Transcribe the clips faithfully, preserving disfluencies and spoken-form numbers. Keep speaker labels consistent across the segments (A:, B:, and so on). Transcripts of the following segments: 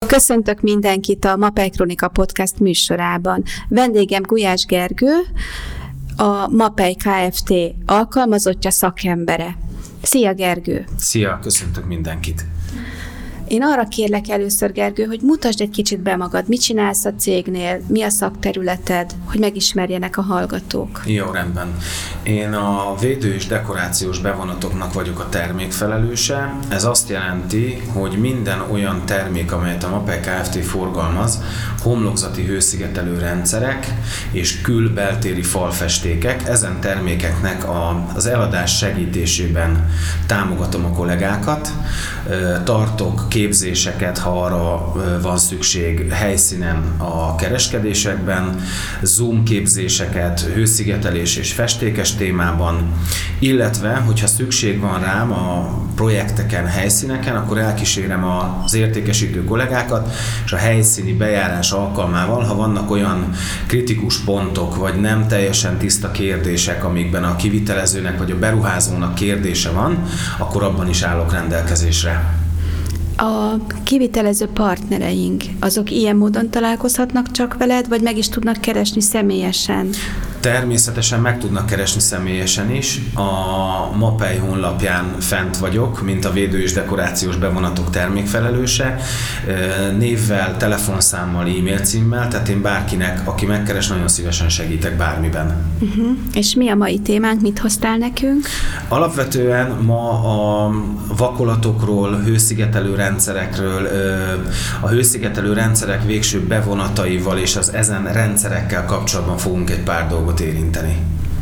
A: Köszöntök mindenkit a Mapei Kronika Podcast műsorában. Vendégem Gulyás Gergő, a Mapei Kft. Alkalmazottja, szakembere. Szia, Gergő!
B: Szia, köszöntök mindenkit!
A: Én arra kérlek először, Gergő, hogy mutasd egy kicsit be magad, mit csinálsz a cégnél, mi a szakterületed, hogy megismerjenek a hallgatók.
B: Jó, rendben. Én a védő és dekorációs bevonatoknak vagyok a termékfelelőse. Ez azt jelenti, hogy minden olyan termék, amelyet a Mapei Kft. Forgalmaz, homlokzati hőszigetelő rendszerek és kül-beltéri falfestékek, ezen termékeknek a, az eladás segítésében támogatom a kollégákat, tartok képzéseket, ha arra van szükség helyszínen a kereskedésekben, Zoom képzéseket, hőszigetelés és festékes témában, illetve, hogyha szükség van rám a projekteken, helyszíneken, akkor elkísérem az értékesítő kollégákat, és a helyszíni bejárás alkalmával, ha vannak olyan kritikus pontok, vagy nem teljesen tiszta kérdések, amikben a kivitelezőnek vagy a beruházónak kérdése van, akkor abban is állok rendelkezésre.
A: A kivitelező partnereink, azok ilyen módon találkozhatnak csak veled, vagy meg is tudnak keresni személyesen?
B: Természetesen meg tudnak keresni személyesen is. A Mapei honlapján fent vagyok, mint a védő és dekorációs bevonatok termékfelelőse, névvel, telefonszámmal, e-mail címmel, tehát én bárkinek, aki megkeres, nagyon szívesen segítek bármiben.
A: Uh-huh. És mi a mai témánk, mit hoztál nekünk?
B: Alapvetően ma a vakolatokról, hőszigetelő rendszerekről, a hőszigetelő rendszerek végső bevonataival és az ezen rendszerekkel kapcsolatban fogunk egy pár dolgot érinteni.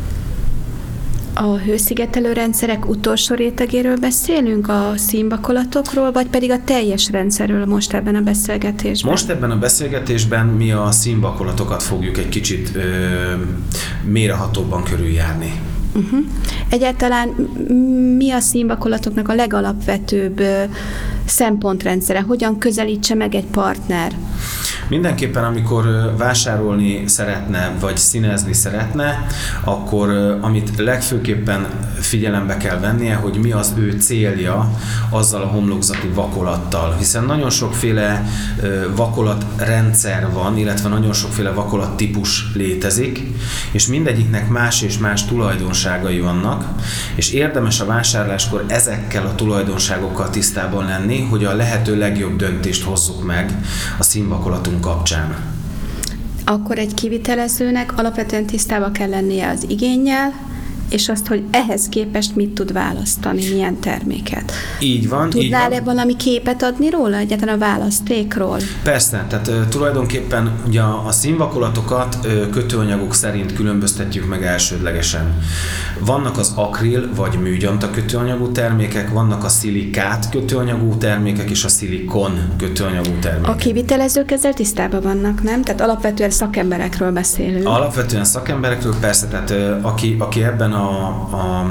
A: A hőszigetelő rendszerek utolsó rétegéről beszélünk, a színvakolatokról, vagy pedig a teljes rendszerről most ebben a beszélgetésben?
B: Most ebben a beszélgetésben mi a színvakolatokat fogjuk egy kicsit ö, mélyrehatóbban körüljárni.
A: Uh-huh. Egyáltalán mi a színvakolatoknak a legalapvetőbb ö, szempontrendszere? Hogyan közelítse meg egy partner?
B: Mindenképpen, amikor vásárolni szeretne, vagy színezni szeretne, akkor amit legfőképpen figyelembe kell vennie, hogy mi az ő célja azzal a homlokzati vakolattal. Hiszen nagyon sokféle vakolatrendszer van, illetve nagyon sokféle vakolattípus létezik, és mindegyiknek más és más tulajdonságai vannak, és érdemes a vásárláskor ezekkel a tulajdonságokkal tisztában lenni, hogy a lehető legjobb döntést hozzuk meg a színvakolatunk kapcsán.
A: Akkor egy kivitelezőnek alapvetően tisztában kell lennie az igénnyel, és azt, hogy ehhez képest mit tud választani, milyen terméket.
B: Így van.
A: Tudnál-e valami képet adni róla, egyáltalán a választékról?
B: Persze, tehát uh, tulajdonképpen ugye a színvakolatokat uh, kötőanyagok szerint különböztetjük meg elsődlegesen. Vannak az akril vagy műgyanta kötőanyagú termékek, vannak a szilikát kötőanyagú termékek és a szilikon kötőanyagú termékek.
A: A kivitelezők ezzel tisztában vannak, nem? Tehát alapvetően szakemberekről beszélünk.
B: Alapvetően szakemberekről, persze, tehát uh, aki, aki ebben a, a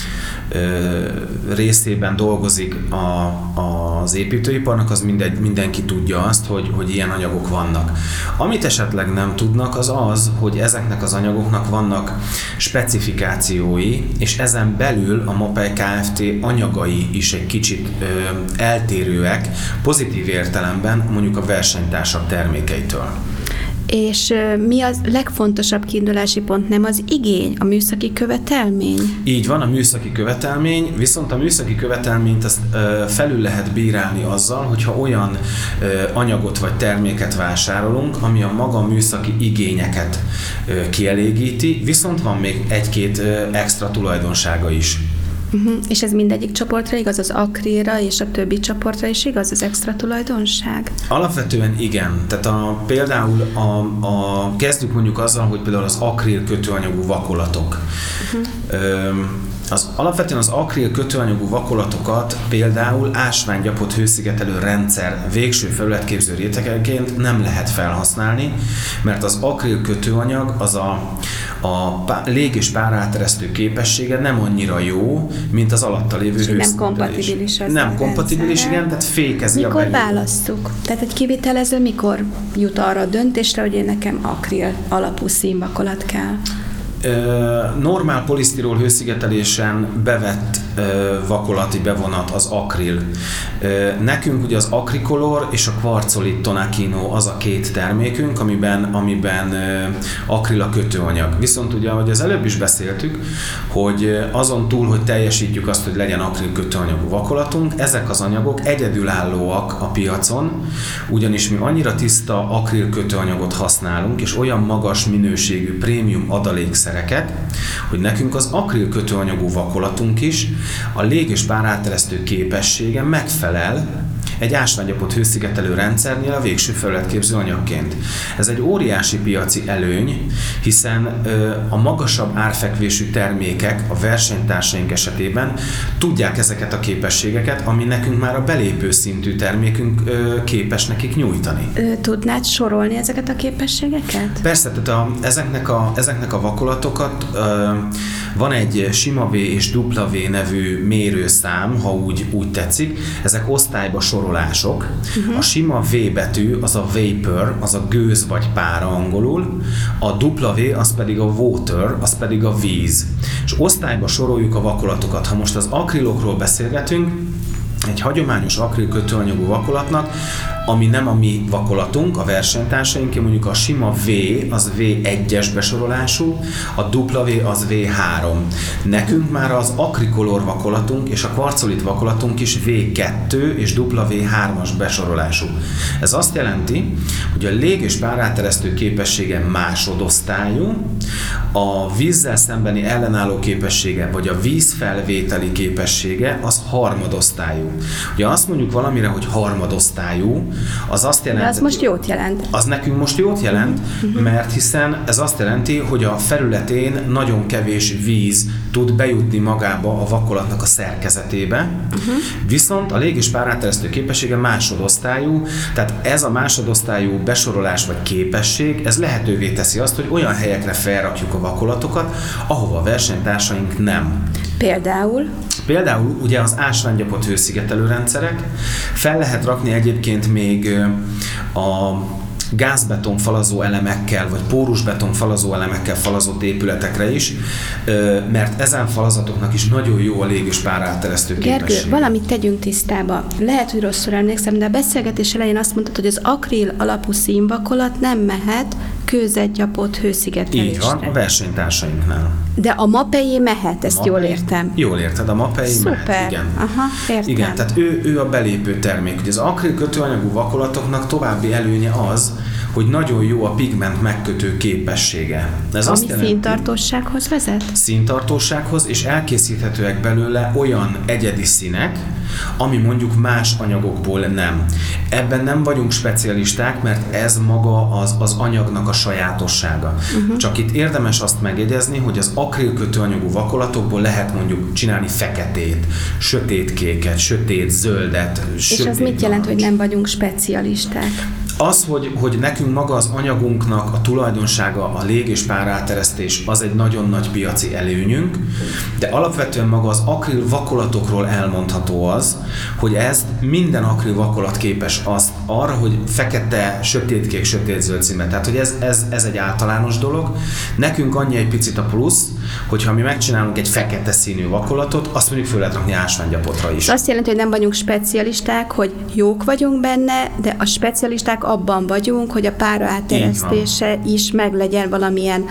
B: részében dolgozik a, az építőiparnak, az mindegy, mindenki tudja azt, hogy, hogy ilyen anyagok vannak. Amit esetleg nem tudnak, az az, hogy ezeknek az anyagoknak vannak specifikációi, és ezen belül a Mapei Kft. Anyagai is egy kicsit ö, eltérőek, pozitív értelemben mondjuk a versenytársak termékeitől.
A: És mi az legfontosabb kiindulási pont, nem az igény, a műszaki követelmény?
B: Így van, a műszaki követelmény, viszont a műszaki követelményt azt ö, felül lehet bírálni azzal, hogyha olyan ö, anyagot vagy terméket vásárolunk, ami a maga műszaki igényeket ö, kielégíti, viszont van még egy-két ö, extra tulajdonsága is.
A: Uh-huh. És ez mindegyik csoportra igaz, az akrilra és a többi csoportra is igaz, az extra tulajdonság?
B: Alapvetően igen. Tehát a, például a, a, kezdjük mondjuk azzal, hogy például az akril kötőanyagú vakolatok. Uh-huh. Ö, az, alapvetően az akril kötőanyagú vakolatokat például ásványgyapott hőszigetelő rendszer végső felületképző rétegeként nem lehet felhasználni, mert az akril kötőanyag az a, a lég- és páráteresztő képessége nem annyira jó, mint az alatta lévő hőszigetelés.
A: Nem kompatibilis az
B: Nem kompatibilis, igen, tehát fékezi
A: mikor
B: a belül.
A: Mikor válasszuk? Tehát egy kivitelező mikor jut arra a döntésre, hogy én nekem akril alapú színvakolat kell?
B: Normál polisztirol hőszigetelésen bevett vakolati bevonat az akril. Nekünk ugye az Acrycolor és a Quartzolit Tonakino az a két termékünk, amiben, amiben akrila kötőanyag. Viszont ugye, ahogy az előbb is beszéltük, hogy azon túl, hogy teljesítjük azt, hogy legyen akril kötőanyagú vakolatunk, ezek az anyagok egyedülállóak a piacon, ugyanis mi annyira tiszta akril kötőanyagot használunk, és olyan magas minőségű prémium adalékszereket, hogy nekünk az akril kötőanyagú vakolatunk is a lég- és páráteresztő képessége megfelel egy ásványgyapot hőszigetelő rendszernél a végső felületképző anyagként. Ez egy óriási piaci előny, hiszen ö, a magasabb árfekvésű termékek a versenytársaink esetében tudják ezeket a képességeket, ami nekünk már a belépő szintű termékünk ö, képes nekik nyújtani.
A: Tudnád sorolni ezeket a képességeket?
B: Persze, tehát a, ezeknek, a, ezeknek a vakolatokat ö, van egy sima V és W nevű mérőszám, ha úgy, úgy tetszik. Ezek osztályba sorolások. Uh-huh. A sima V betű az a vapor, az a gőz vagy pára angolul, a W az pedig a water, az pedig a víz. És osztályba soroljuk a vakolatokat. Ha most az akrilokról beszélgetünk, egy hagyományos akril kötőanyagú vakolatnak, ami nem a mi vakolatunk, a versenytársaink, mondjuk a sima V az V egyes besorolású, a W az V három. Nekünk már az Acrycolor vakolatunk és a Quartzolit vakolatunk is V kettő és W hármas besorolású. Ez azt jelenti, hogy a lég- és páráteresztő képessége másodosztályú, a vízzel szembeni ellenálló képessége vagy a vízfelvételi képessége az harmadosztályú. Ugye azt mondjuk valamire, hogy harmadosztályú, az azt jelenti...
A: De az most jót jelent.
B: Az nekünk most jót jelent, uh-huh. mert hiszen ez azt jelenti, hogy a felületén nagyon kevés víz tud bejutni magába a vakolatnak a szerkezetébe, uh-huh. viszont a lég- és páráteresztő képessége másodosztályú, tehát ez a másodosztályú besorolás vagy képesség, ez lehetővé teszi azt, hogy olyan helyekre felrakjuk a vakolatokat, ahova a versenytársaink nem.
A: Például?
B: Például ugye az ásványgyapot hőszigetelő rendszerek, fel lehet rakni egyébként még a gázbeton falazó elemekkel, vagy pórusbeton falazó elemekkel falazott épületekre is, mert ezen falazatoknak is nagyon jó a lég- és páráteresztő képesség.
A: Gergő, valamit tegyünk tisztába. Lehet, hogy rosszul emlékszem, de a beszélgetés elején azt mondtad, hogy az akril alapú színvakolat nem mehet kőzetgyapot hőszigetelésre.
B: Így van, a versenytársainknál.
A: De a mapei mehet, ezt
B: Mapei,
A: jól értem.
B: Jól érted, a mapei
A: Szuper.
B: mehet, igen.
A: Aha, értem.
B: Igen, tehát ő, ő a belépő termék. Ugye az akril kötőanyagú vakolatoknak további előnye az, hogy nagyon jó a pigment megkötő képessége. Ez
A: Ami
B: azt jelenti,
A: színtartósághoz vezet?
B: Színtartósághoz, és elkészíthetőek belőle olyan egyedi színek, ami mondjuk más anyagokból nem. Ebben nem vagyunk specialisták, mert ez maga az, az anyagnak a sajátossága. Uh-huh. Csak itt érdemes azt megjegyezni, hogy az akril kötőanyagú vakolatokból lehet mondjuk csinálni feketét, sötétkéket, sötét zöldet,
A: És
B: sötét
A: az mit jelent, hogy nem vagyunk specialisták?
B: Az, hogy, hogy nekünk maga az anyagunknak a tulajdonsága, a lég- és páráteresztés, az egy nagyon nagy piaci előnyünk, de alapvetően maga az akril vakolatokról elmondható az, hogy ez minden akril vakolat képes azt arra, hogy fekete, sötétkék, sötétzöld színben. Tehát, hogy ez, ez, ez egy általános dolog. Nekünk annyi egy picit a plusz, hogyha mi megcsinálunk egy fekete színű vakolatot, azt mondjuk föl lehet rakni ásványgyapotra is.
A: Azt jelenti, hogy nem vagyunk specialisták, hogy jók vagyunk benne, de a specialisták abban vagyunk, hogy a pára áteresztése is meglegyen valamilyen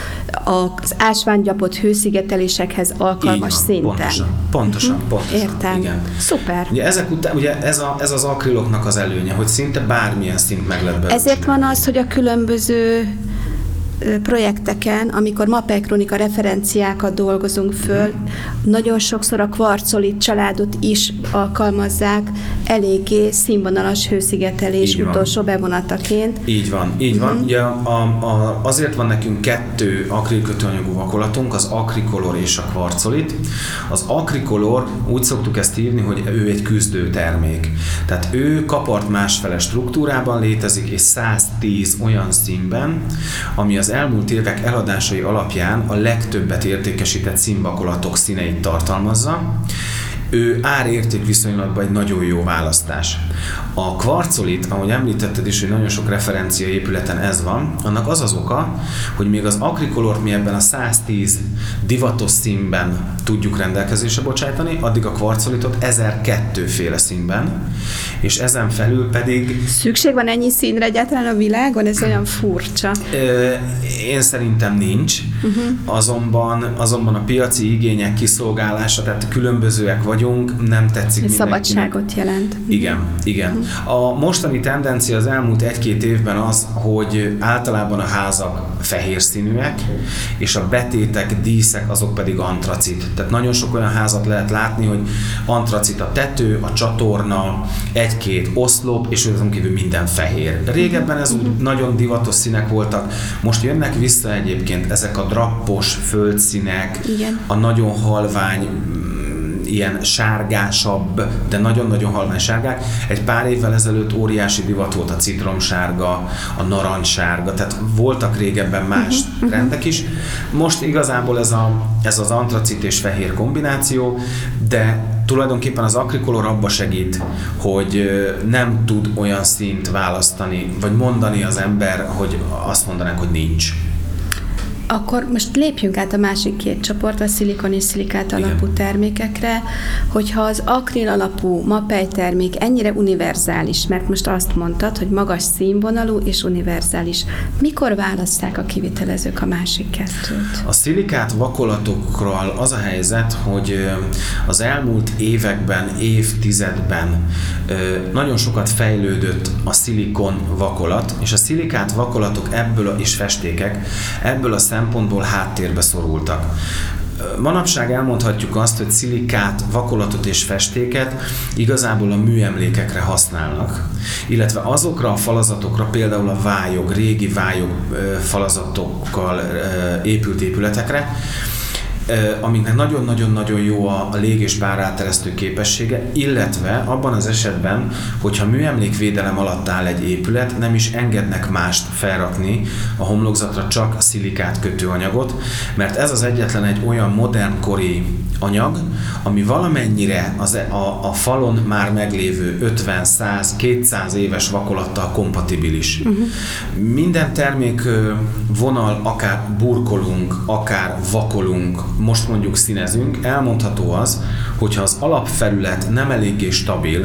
A: az ásványgyapot hőszigetelésekhez alkalmas
B: van,
A: szinten.
B: Pontosan, pontosan, uh-huh. pontosan.
A: Értem.
B: Igen.
A: Szuper.
B: Ugye, ezek után, ugye ez, a, ez az akriloknak az előnye, hogy szinte bármilyen szint meg lehet belőle.
A: Ezért van az, hogy a különböző projekteken, amikor Mapei Kronika referenciákat dolgozunk föl, mm. nagyon sokszor a Quartzolit családot is alkalmazzák eléggé színvonalas hőszigetelés utolsó bevonataként.
B: Így van, így mm-hmm. van. Ugye a, a, azért van nekünk kettő akrilkötőanyagú vakolatunk, az Acrycolor és a Quartzolit. Az Acrycolor, úgy szoktuk ezt hívni, hogy ő egy küzdő termék. Tehát ő kapart másfele struktúrában létezik, és száztíz olyan színben, ami az elmúlt évek eladásai alapján a legtöbbet értékesített színvakolatok színeit tartalmazza. Ő ár-érték viszonylatban egy nagyon jó választás. A kvarcolit, ahogy említetted is, hogy nagyon sok referencia épületen ez van, annak az az oka, hogy még az akrikolort mi ebben a száztíz divatos színben tudjuk rendelkezésre bocsájtani, addig a kvarcolitot ezerkettő féle színben, és ezen felül pedig...
A: Szükség van ennyi színre egyáltalán a világon? Ez olyan furcsa.
B: Én szerintem nincs, uh-huh. azonban, azonban a piaci igények kiszolgálása, tehát különbözőek vagyunk, nem tetszik mindenkinek.
A: Szabadságot jelent.
B: Igen, igen. Uh-huh. A mostani tendencia az elmúlt egy-két évben az, hogy általában a házak fehér színűek, és a betétek, díszek azok pedig antracit. Tehát nagyon sok olyan házat lehet látni, hogy antracit a tető, a csatorna, egy-két oszlop, és azon kívül minden fehér. Régebben ez úgy nagyon divatos színek voltak, most jönnek vissza egyébként ezek a drappos földszínek, igen. a nagyon halvány, ilyen sárgásabb, de nagyon-nagyon halvány sárgák. Egy pár évvel ezelőtt óriási divat volt a citromsárga, a narancssárga, tehát voltak régebben más uh-huh, trendek is. Most igazából ez, a, ez az antracit és fehér kombináció, de tulajdonképpen az akrikolor abba segít, hogy nem tud olyan színt választani, vagy mondani az ember, hogy azt mondanánk, hogy nincs.
A: Akkor most lépjünk át a másik két csoportra, a szilikon és szilikát alapú Igen. termékekre, hogyha az akril alapú mapei termék ennyire univerzális, mert most azt mondtad, hogy magas színvonalú és univerzális. Mikor választák a kivitelezők a másik kettőt?
B: A szilikát vakolatokról az a helyzet, hogy az elmúlt években, évtizedben nagyon sokat fejlődött a szilikon vakolat, és a szilikát vakolatok ebből és festékek ebből a szempontból háttérbe szorultak. Manapság elmondhatjuk azt, hogy szilikát, vakolatot és festéket igazából a műemlékekre használnak, illetve azokra a falazatokra, például a vályog, régi vályog falazatokkal épült épületekre, amiknek nagyon-nagyon-nagyon jó a lég- és páráteresztő képessége, illetve abban az esetben, hogyha műemlékvédelem alatt áll egy épület, nem is engednek mást felrakni a homlokzatra, csak a szilikát kötőanyagot, mert ez az egyetlen egy olyan modernkori anyag, ami valamennyire az, a, a falon már meglévő ötven, száz, kétszáz éves vakolattal kompatibilis. Uh-huh. Minden termék vonal, akár burkolunk, akár vakolunk, most mondjuk színezünk, elmondható az, hogyha az alapfelület nem eléggé stabil,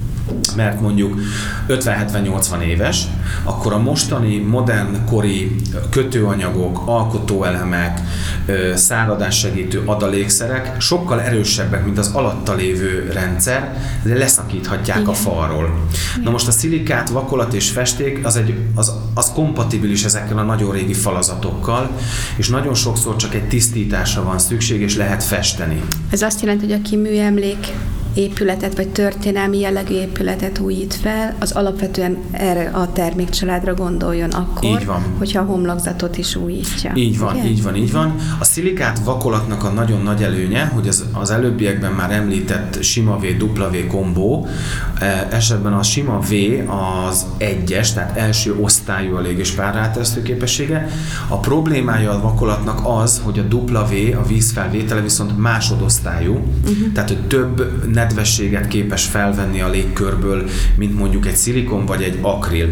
B: mert mondjuk ötven-hetven-nyolcvan éves, akkor a mostani modern kori kötőanyagok, alkotóelemek, száradássegítő adalékszerek sokkal erősebbek, mint az alatta lévő rendszer, de leszakíthatják Igen. a falról. Igen. Na most a szilikát, vakolat és festék az, egy, az, az kompatibilis ezekkel a nagyon régi falazatokkal, és nagyon sokszor csak egy tisztításra van szükség, és lehet festeni.
A: Ez azt jelenti, hogy aki műemlék épületet, vagy történelmi jellegű épületet újít fel, az alapvetően erre a termékcsaládra gondoljon akkor, hogyha a homlokzatot is újítja.
B: Így van, ugye? így van, így van. A szilikát vakolatnak a nagyon nagy előnye, hogy az, az előbbiekben már említett sima V, dupla V kombó, esetben a sima V az egyes, tehát első osztályú a lég- és páráteresztő képessége. A problémája a vakolatnak az, hogy a dupla V, a vízfelvétele viszont másodosztályú, uh-huh. tehát hogy több nedvességet képes felvenni a légkörből, mint mondjuk egy szilikon vagy egy akril.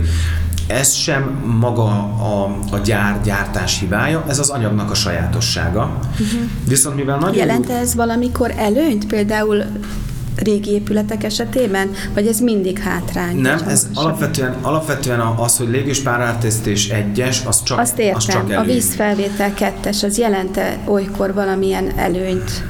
B: Ez sem maga a, a gyár, gyártás hibája, ez az anyagnak a sajátossága. Uh-huh. Viszont mivel nagyon...
A: Jelent ez valamikor előnyt, például régi épületek esetében, vagy ez mindig hátrány?
B: Nem, ez alapvetően, alapvetően az, hogy lég- és páráteresztés egyes, az csak,
A: Azt értem,
B: az csak előny.
A: A vízfelvétel kettes, az jelente olykor valamilyen előnyt?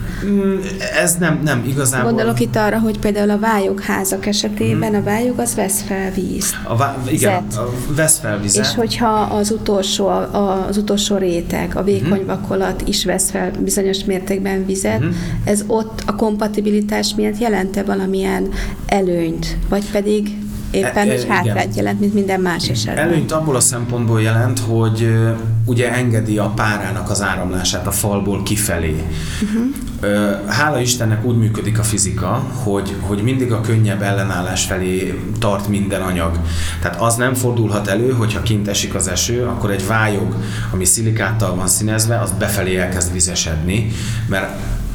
B: Ez nem, nem igazából...
A: Gondolok itt arra, hogy például a vályogházak esetében hmm. a vályog az vesz fel víz.
B: A vá- igen, a vesz fel vizet.
A: És hogyha az utolsó, az utolsó réteg, a vékony hmm. vakolat is vesz fel bizonyos mértékben vizet, hmm. ez ott a kompatibilitás miatt jelente valamilyen előnyt, vagy pedig éppen egy hátrányt jelent, mint minden más esetben.
B: Előnyt abból a szempontból jelent, hogy uh, ugye engedi a párának az áramlását a falból kifelé. Uh-huh. Uh, hála Istennek úgy működik a fizika, hogy, hogy mindig a könnyebb ellenállás felé tart minden anyag. Tehát az nem fordulhat elő, hogyha kint esik az eső, akkor egy vályog, ami szilikáttal van színezve, az befelé elkezd vizesedni, mert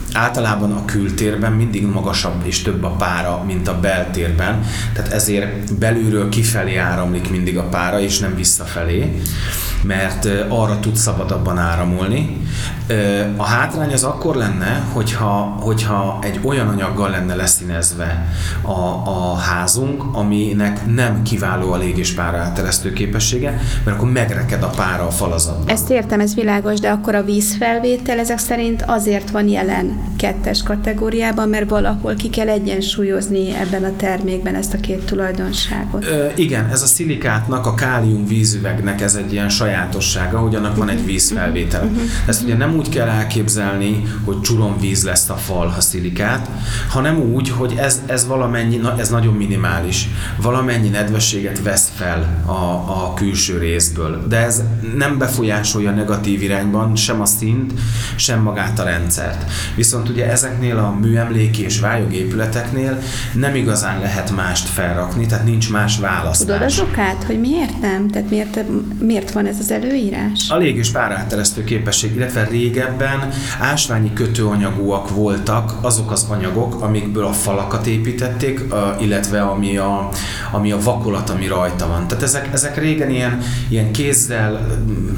B: általában a kültérben mindig magasabb és több a pára, mint a beltérben, tehát ezért belülről kifelé áramlik mindig a pára, és nem visszafelé, mert arra tud szabadabban áramolni. A hátrány az akkor lenne, hogyha, hogyha egy olyan anyaggal lenne leszínezve a, a házunk, aminek nem kiváló a lég- és pára áteresztő képessége, mert akkor megreked a pára a falazatban.
A: Ezt értem, ez világos, de akkor a vízfelvétel ezek szerint azért van jelen kettes kategóriában, mert valahol ki kell egyensúlyozni ebben a termékben ezt a két tulajdonságot.
B: Ö, igen, ez a szilikátnak, a kálium vízüvegnek ez egy ilyen sajátossága, hogy annak van egy vízfelvétel. Uh-huh. Ezt ugye nem úgy kell elképzelni, hogy csuromvíz lesz a fal, ha szilikát, hanem úgy, hogy ez, ez valamennyi, na, ez nagyon minimális, valamennyi nedvességet vesz fel a, a külső részből. De ez nem befolyásolja negatív irányban sem a színt, sem magát a rendszert. Viszont ugye ezeknél a műemléki és vályogépületeknél nem igazán lehet mást felrakni, tehát nincs más választás.
A: Tudod az okát, hogy miért nem? Tehát miért, miért van ez az előírás?
B: A lég- és páraáteresztő képesség, illetve régebben ásványi kötőanyagúak voltak azok az anyagok, amikből a falakat építették, illetve ami a, ami a vakolat, ami rajta van. Tehát ezek, ezek régen ilyen, ilyen kézzel,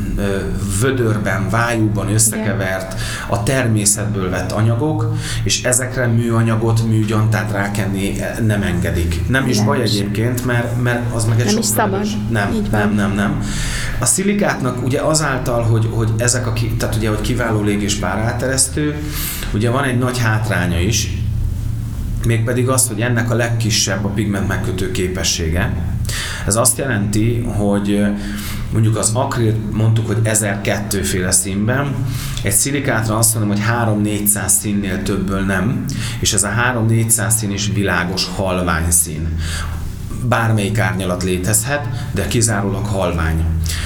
B: vödörben, vájúban összekevert, a természetből vett anyagok, és ezekre műanyagot, műgyantát rákenni nem engedik. Nem is Lás. baj egyébként, mert, mert az meg egy
A: nem is szabad.
B: Nem, nem, nem, nem. A szilikátnak ugye azáltal, hogy, hogy ezek a, tehát ugye, hogy kiváló lég- és páraáteresztő, ugye van egy nagy hátránya is, mégpedig az, hogy ennek a legkisebb a pigment megkötő képessége. Ez azt jelenti, hogy mondjuk az akrilt mondtuk, hogy ezerkettő féle színben, egy szilikátra azt mondom, hogy három-négyszáz színnél többből nem, és ez a három-négyszáz szín is világos halvány szín. Bármelyik árnyalat létezhet, de kizárólag halvány.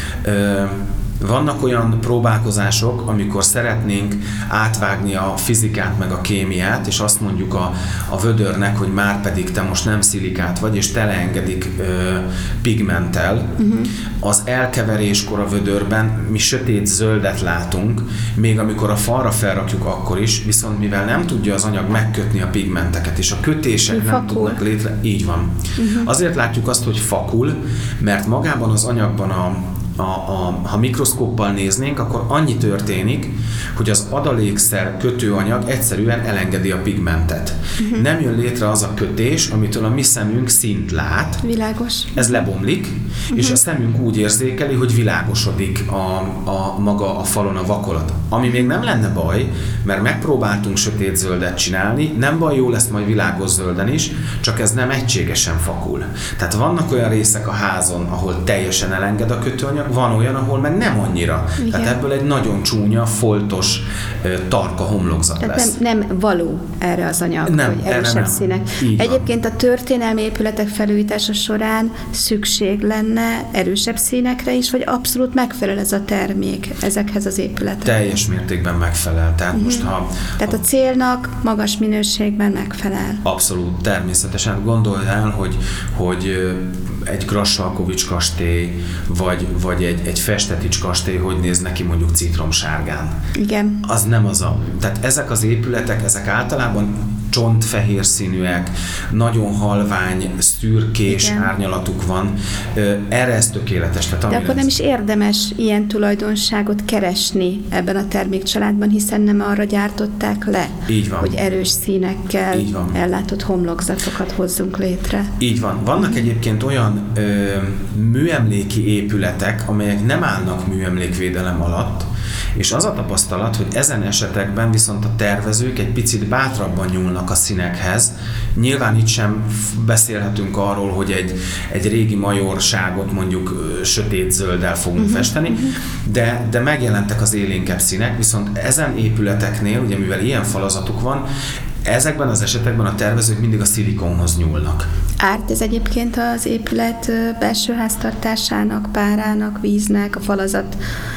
B: Vannak olyan próbálkozások, amikor szeretnénk átvágni a fizikát meg a kémiát, és azt mondjuk a, a vödörnek, hogy már pedig te most nem szilikát vagy, és teleengedik ö, pigmenttel. Uh-huh. Az elkeveréskor a vödörben mi sötét zöldet látunk, még amikor a falra felrakjuk akkor is, viszont mivel nem tudja az anyag megkötni a pigmenteket, és a kötések
A: Mi
B: nem
A: fakul.
B: tudnak létre, így van. Uh-huh. Azért látjuk azt, hogy fakul, mert magában az anyagban a A, a, ha mikroszkóppal néznénk, akkor annyi történik, hogy az adalékszer kötőanyag egyszerűen elengedi a pigmentet. Uh-huh. Nem jön létre az a kötés, amitől a mi szemünk színt lát.
A: Világos.
B: Ez lebomlik, uh-huh. és a szemünk úgy érzékeli, hogy világosodik a, a maga a falon a vakolat. Ami még nem lenne baj, mert megpróbáltunk sötét zöldet csinálni, nem baj, jó lesz majd világos zölden is, csak ez nem egységesen fakul. Tehát vannak olyan részek a házon, ahol teljesen elenged a kötőanyag, van olyan, ahol meg nem annyira. Igen. Tehát ebből egy nagyon csúnya, foltos, tarka homlokzat
A: Tehát
B: lesz.
A: Nem, nem való erre az anyag,
B: nem,
A: hogy erősebb színek. Egyébként a történelmi épületek felújítása során szükség lenne erősebb színekre is, vagy abszolút megfelel ez a termék ezekhez az épületekhez?
B: Teljes mértékben megfelel. Tehát, uh-huh. most, ha,
A: Tehát a célnak magas minőségben megfelel.
B: Abszolút, természetesen. Gondolj el, hogy, hogy egy Grassalkovich kastély, vagy, vagy egy, egy Festetics kastély, hogy néz neki mondjuk citromsárgán.
A: Igen.
B: Az nem az a... Tehát ezek az épületek, ezek általában csontfehér színűek, nagyon halvány, szürkés Igen. árnyalatuk van. Erre ez tökéletes. Tehát
A: De akkor nem is érdemes ilyen tulajdonságot keresni ebben a termékcsaládban, hiszen nem arra gyártották le,
B: Így van.
A: hogy erős színekkel ellátott homlokzatokat hozzunk létre.
B: Így van. Vannak egyébként olyan ö, műemléki épületek, amelyek nem állnak műemlékvédelem alatt, és az a tapasztalat, hogy ezen esetekben viszont a tervezők egy picit bátrabban nyúlnak a színekhez. Nyilván itt sem beszélhetünk arról, hogy egy, egy régi majorságot mondjuk sötét zölddel fogunk uh-huh. festeni, uh-huh. de, de megjelentek az élénkebb színek, viszont ezen épületeknél, ugye mivel ilyen falazatuk van, ezekben az esetekben a tervezők mindig a szilikonhoz nyúlnak.
A: Árt ez egyébként az épület belső háztartásának, párának, víznek, a falazat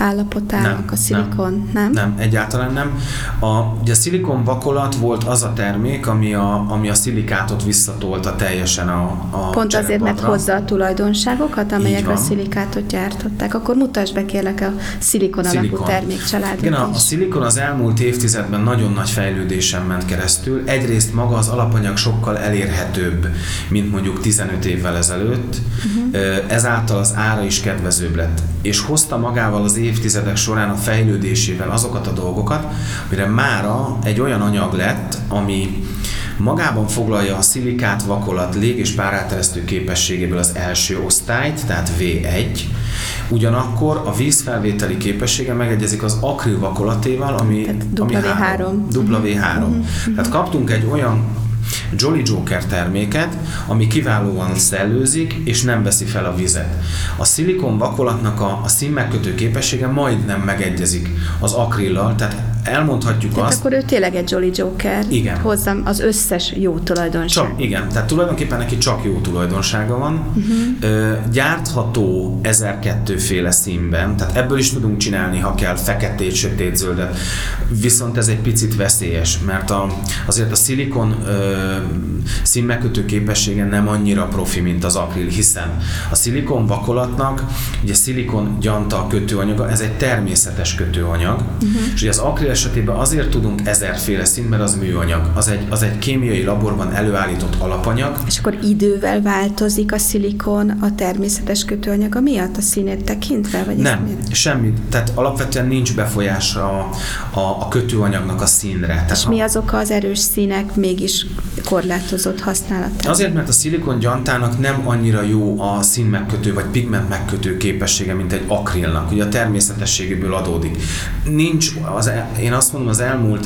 A: állapotának nem, a szilikon, nem?
B: Nem, nem egyáltalán nem. A, ugye a szilikon vakolat volt az a termék, ami a, ami a szilikátot visszatolta teljesen a, a
A: Pont azért, mert hozza a tulajdonságokat, amelyek a szilikátot gyártották. Akkor mutasd be kérlek a szilikon, szilikon. alapú termékcsaládot.
B: Igen, a, a szilikon az elmúlt évtizedben nagyon nagy fejlődésen ment keresztül. Egyrészt maga az alapanyag sokkal elérhetőbb, mint mondjuk tizenöt évvel ezelőtt. Uh-huh. Ezáltal az ára is kedvezőbb lett. És hozta magával az évtizedek során a fejlődésével azokat a dolgokat, amire mára egy olyan anyag lett, ami magában foglalja a szilikát vakolat lég- és páráteresztő képességéből az első osztályt, tehát vé egy, ugyanakkor a vízfelvételi képessége megegyezik az akril vakolatéval, ami, ami
A: vé három.
B: vé három. Uh-huh. Tehát kaptunk egy olyan Jolly Joker terméket, ami kiválóan szellőzik, és nem veszi fel a vizet. A szilikon vakolatnak a, a színmegkötő képessége majdnem megegyezik az akrillal, tehát elmondhatjuk
A: tehát
B: azt...
A: akkor ő tényleg egy Jolly Joker.
B: Igen.
A: Hozzám az összes jó tulajdonság.
B: Csak, igen, tehát tulajdonképpen neki csak jó tulajdonsága van. Uh-huh. Gyártható ezerkettő féle színben, tehát ebből is tudunk csinálni, ha kell, feketét, sötét, zöldet. Viszont ez egy picit veszélyes, mert a, azért a szilikon ö, színmegkötő képessége nem annyira profi, mint az akril, hiszen a szilikon vakolatnak, ugye szilikon gyanta a kötőanyaga, ez egy természetes kötőanyag, uh-huh. és ugye az akril esetében azért tudunk ezerféle színt, mert az műanyag. Az egy, az egy kémiai laborban előállított alapanyag.
A: És akkor idővel változik a szilikon a természetes kötőanyaga miatt a színét tekintve? Vagy
B: nem, semmi. Tehát alapvetően nincs befolyása a, a, a kötőanyagnak a színre. Tehát
A: és mi azok az erős színek mégis korlátozott használatában?
B: Azért, mert a szilikon gyantának nem annyira jó a színmegkötő vagy pigment megkötő képessége, mint egy akrilnak. Ugye a természetességéből adódik. Nincs, az, én azt mondom, az elmúlt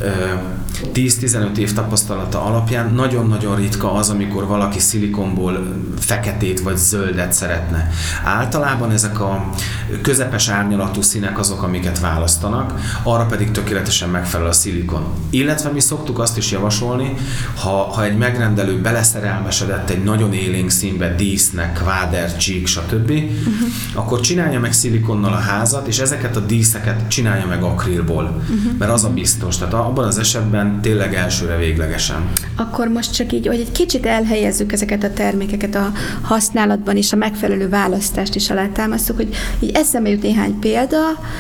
B: tíz-tizenöt év tapasztalata alapján nagyon-nagyon ritka az, amikor valaki szilikonból feketét vagy zöldet szeretne. Általában ezek a közepes árnyalatú színek azok, amiket választanak, arra pedig tökéletesen megfelel a szilikon. Illetve mi szoktuk azt is javasolni, ha, ha egy megrendelő beleszerelmesedett egy nagyon élénk színbe, dísznek, kváder, csík, stb., uh-huh. akkor csinálja meg szilikonnal a házat, és ezeket a díszeket csinálja meg akrilból, uh-huh. mert az a biztos. Tehát abban az esetben tényleg elsőre véglegesen.
A: Akkor most csak így, hogy egy kicsit elhelyezzük ezeket a termékeket a használatban, és a megfelelő választást is alátámasztjuk, hogy így eszembe jut néhány példa,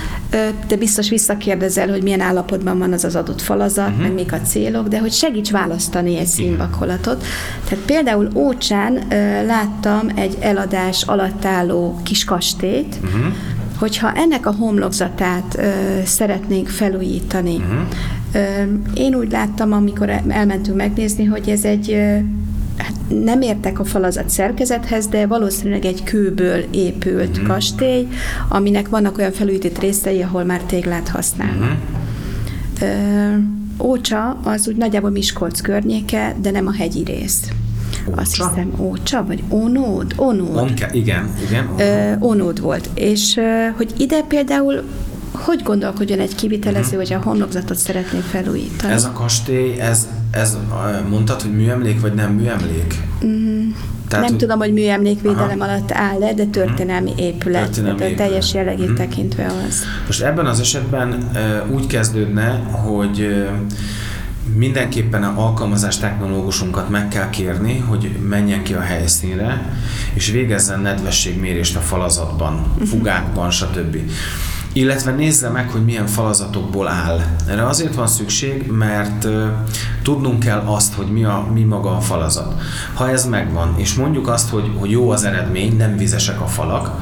A: de biztos visszakérdezel, hogy milyen állapotban van az az adott falazat, uh-huh. meg mik a célok, de hogy segíts választani egy színvakolatot. Tehát például Ócsán láttam egy eladás alatt álló kis kastélyt, uh-huh. hogyha ennek a homlokzatát ö, szeretnénk felújítani. Uh-huh. Ö, én úgy láttam, amikor elmentünk megnézni, hogy ez egy, ö, hát nem értek a falazat szerkezethez, de valószínűleg egy kőből épült uh-huh. kastély, aminek vannak olyan felújított részei, ahol már téglát használnak. Uh-huh. Ö, Ócsa az úgy nagyjából Miskolc környéke, de nem a hegyi rész. Ócsa? Azt hiszem Ócsa, vagy Ónód? Ónód.
B: Onke, igen, igen.
A: Ö, Ónód volt. És ö, hogy ide például hogy gondolkodjon egy kivitelező, uh-huh. hogy a homlokzatot szeretné felújítani?
B: Ez a kastély, ez, ez mondtad, hogy műemlék, vagy nem műemlék?
A: Mm, Tehát, nem tudom, hogy műemlékvédelem aha. alatt áll-e, de történelmi épület, történelmi tehát épület. teljes jellegét uh-huh. tekintve az.
B: Most ebben az esetben úgy kezdődne, hogy mindenképpen a alkalmazás technológusunkat meg kell kérni, hogy menjen ki a helyszínre, és végezzen nedvességmérést a falazatban, fugákban, stb. Illetve nézze meg, hogy milyen falazatokból áll. Erre azért van szükség, mert uh, tudnunk kell azt, hogy mi, a, mi maga a falazat. Ha ez megvan, és mondjuk azt, hogy, hogy jó az eredmény, nem vizesek a falak,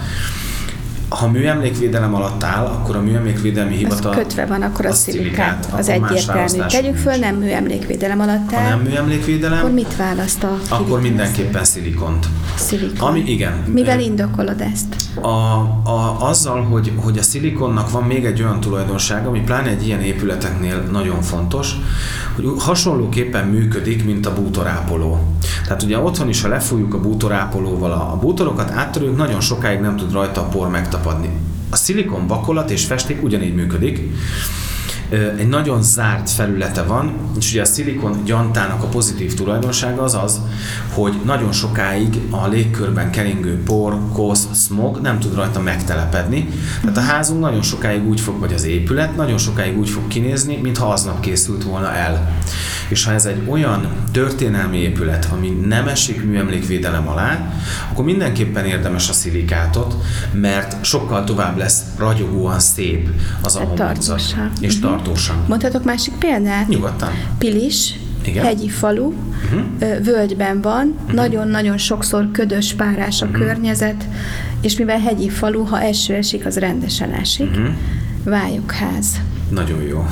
B: ha műemlékvédelem alatt áll, akkor a műemlékvédelmi hivatal...
A: Az kötve van, akkor a szilikát, az egyértelmű. Tegyük föl, nem műemlékvédelem alatt áll.
B: Ha nem műemlékvédelem,
A: akkor mit választ a kivitelező?
B: Akkor mindenképpen szilikont.
A: Szilikon.
B: Ami, igen.
A: Mivel indokolod ezt?
B: A, a, azzal, hogy, hogy a szilikonnak van még egy olyan tulajdonsága, ami pláne egy ilyen épületeknél nagyon fontos, hogy hasonlóképpen működik, mint a bútorápoló. Tehát ugye otthon is, ha lefújjuk a bútorápolóval a, a bútorokat, áttörünk, nagyon sokáig nem tud rajta a por megtapadni. A szilikon vakolat és festék ugyanígy működik, egy nagyon zárt felülete van, és ugye a szilikon gyantának a pozitív tulajdonsága az az, hogy nagyon sokáig a légkörben keringő por, kosz, smog nem tud rajta megtelepedni. Tehát a házunk nagyon sokáig úgy fog, vagy az épület nagyon sokáig úgy fog kinézni, mintha aznap készült volna el. És ha ez egy olyan történelmi épület, ami nem esik műemlékvédelem alá, akkor mindenképpen érdemes a szilikátot, mert sokkal tovább lesz ragyogóan szép az a homlokzat. És uh-huh. tartósan.
A: Mondhatok másik példát?
B: Nyugodtan.
A: Pilis,
B: igen.
A: hegyi falu, uh-huh. völgyben van, uh-huh. nagyon-nagyon sokszor ködös, párás a uh-huh. környezet, és mivel hegyi falu, ha eső esik, az rendesen esik. Uh-huh. Vályogház.
B: Nagyon jó.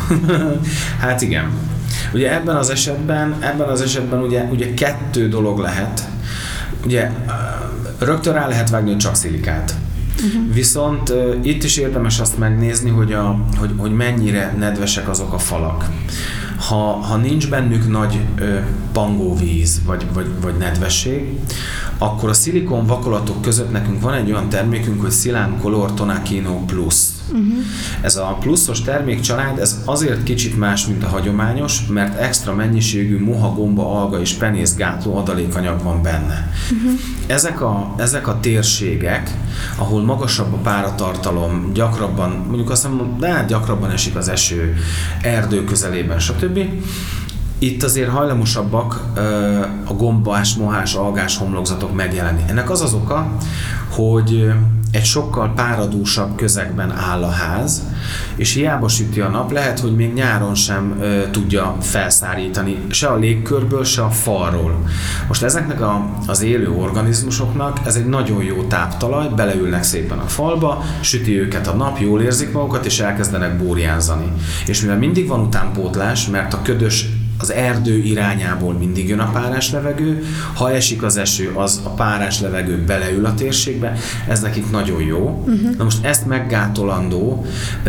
B: Hát igen. Ugye ebben az esetben, ebben az esetben ugye, ugye kettő dolog lehet. Ugye rögtön rá lehet vágni, hogy csak szilikát. Uh-huh. Viszont uh, itt is érdemes azt megnézni, hogy, a, hogy, hogy mennyire nedvesek azok a falak. Ha, ha nincs bennük nagy ö, pangóvíz vagy, vagy, vagy nedvesség, akkor a szilikon vakolatok között nekünk van egy olyan termékünk, hogy Silan Color Tonakino Plus. Uh-huh. Ez a pluszos termékcsalád, ez azért kicsit más, mint a hagyományos, mert extra mennyiségű moha, gomba, alga és penészgátló adalékanyag van benne. Uh-huh. Ezek, a, ezek a térségek, ahol magasabb a páratartalom, gyakrabban, mondjuk azt mondom, de hát gyakrabban esik az eső, erdő közelében, stb. Itt azért hajlamosabbak a gombás, mohás, algás homlokzatok megjelenni. Ennek az az oka, hogy egy sokkal páradúsabb közegben áll a ház, és hiába süti a nap, lehet, hogy még nyáron sem ö, tudja felszárítani se a légkörből, se a falról. Most ezeknek a, az élő organizmusoknak ez egy nagyon jó táptalaj, beleülnek szépen a falba, süti őket a nap, jól érzik magukat, és elkezdenek búrjánzani. És mivel mindig van utánpótlás, mert a ködös az erdő irányából mindig jön a párás levegő, ha esik az eső, az a párás levegő beleül a térségbe, ez nekik nagyon jó. Uh-huh. Na most ezt meggátolandó,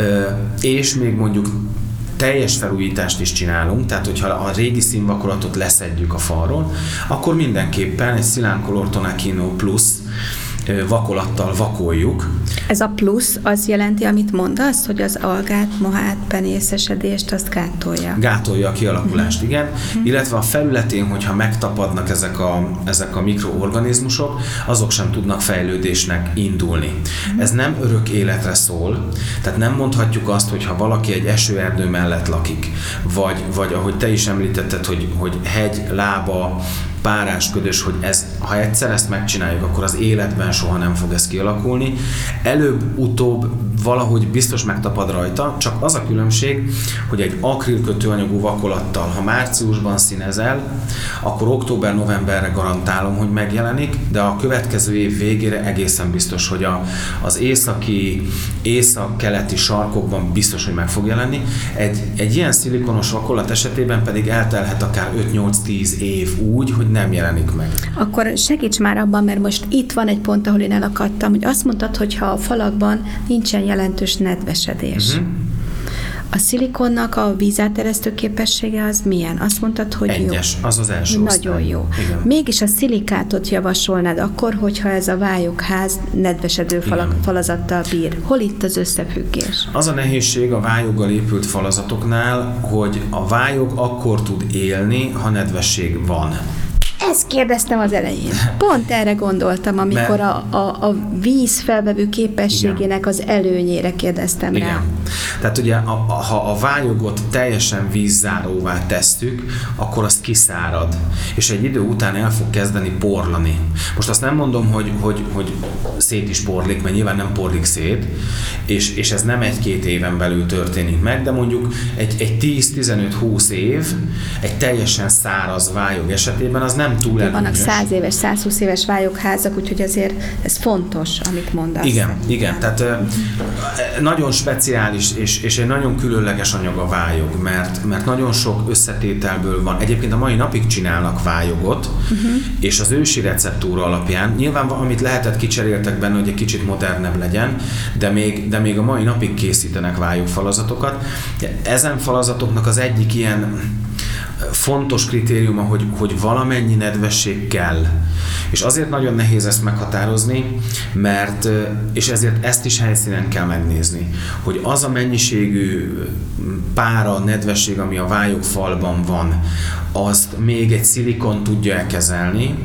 B: és még mondjuk teljes felújítást is csinálunk, tehát hogyha a régi színvakolatot leszedjük a falról, akkor mindenképpen egy Silan Color Tonakino Plus vakolattal vakoljuk.
A: Ez a plusz az jelenti, amit mondasz, hogy az algát, mohát, penészesedést azt gátolja?
B: Gátolja a kialakulást, uh-huh. igen. Uh-huh. Illetve a felületén, hogyha megtapadnak ezek a, ezek a mikroorganizmusok, azok sem tudnak fejlődésnek indulni. Uh-huh. Ez nem örök életre szól, tehát nem mondhatjuk azt, hogy ha valaki egy esőerdő mellett lakik, vagy, vagy ahogy te is említetted, hogy, hogy hegy, lába, párás, ködös, hogy ez, ha egyszer ezt megcsináljuk, akkor az életben soha nem fog ez kialakulni. Előbb-utóbb valahogy biztos megtapad rajta, csak az a különbség, hogy egy akrilkötőanyagú vakolattal, ha márciusban színezel, akkor október-novemberre garantálom, hogy megjelenik, de a következő év végére egészen biztos, hogy a, az északi, észak-keleti sarkokban biztos, hogy meg fog jelenni. Egy, egy ilyen szilikonos vakolat esetében pedig eltelhet akár öt-nyolc-tíz év úgy, hogy nem jelenik meg.
A: Akkor segíts már abban, mert most itt van egy pont, ahol én elakadtam, hogy azt mondtad, hogy ha a falakban nincsen jelentős nedvesedés. Uh-huh. A szilikonnak a vízáteresztő képessége az milyen? Azt mondtad, hogy
B: egyes,
A: jó.
B: az az első
A: Nagyon
B: osztály.
A: jó.
B: Igen.
A: Mégis a szilikátot javasolnád akkor, hogyha ez a vályogház nedvesedő falak, falazattal bír. Hol itt az összefüggés?
B: Az a nehézség a vályoggal épült falazatoknál, hogy a vályog akkor tud élni, ha nedvesség van.
A: Ezt kérdeztem az elején. Pont erre gondoltam, amikor a, a, a víz felvevő képességének igen. az előnyére kérdeztem
B: igen.
A: rá.
B: Tehát ugye, a, a, ha a vályogot teljesen vízzáróvá tesszük, akkor az kiszárad, és egy idő után el fog kezdeni porlani. Most azt nem mondom, hogy, hogy, hogy szét is porlik, mert nyilván nem porlik szét, és, és ez nem egy-két éven belül történik meg, de mondjuk egy, egy tíz-tizenöt-húsz év egy teljesen száraz vályog esetében az nem túl előnyös.
A: Vannak száz éves, százhúsz éves vályogházak, úgyhogy azért ez fontos, amit mondasz.
B: Igen, igen, tehát uh, nagyon speciális és, és egy nagyon különleges anyag a vályog, mert, mert nagyon sok összetételből van. Egyébként a mai napig csinálnak vályogot, uh-huh. és az ősi receptúra alapján, nyilván amit lehetett kicseréltek benne, hogy egy kicsit modernebb legyen, de még, de még a mai napig készítenek vályogfalazatokat. Ezen falazatoknak az egyik ilyen fontos kritériuma, hogy, hogy valamennyi nedvesség kell. És azért nagyon nehéz ezt meghatározni, mert, és ezért ezt is helyszínen kell megnézni, hogy az a mennyiségű pára, nedvesség, ami a vályogfalban van, azt még egy szilikon tudja kezelni,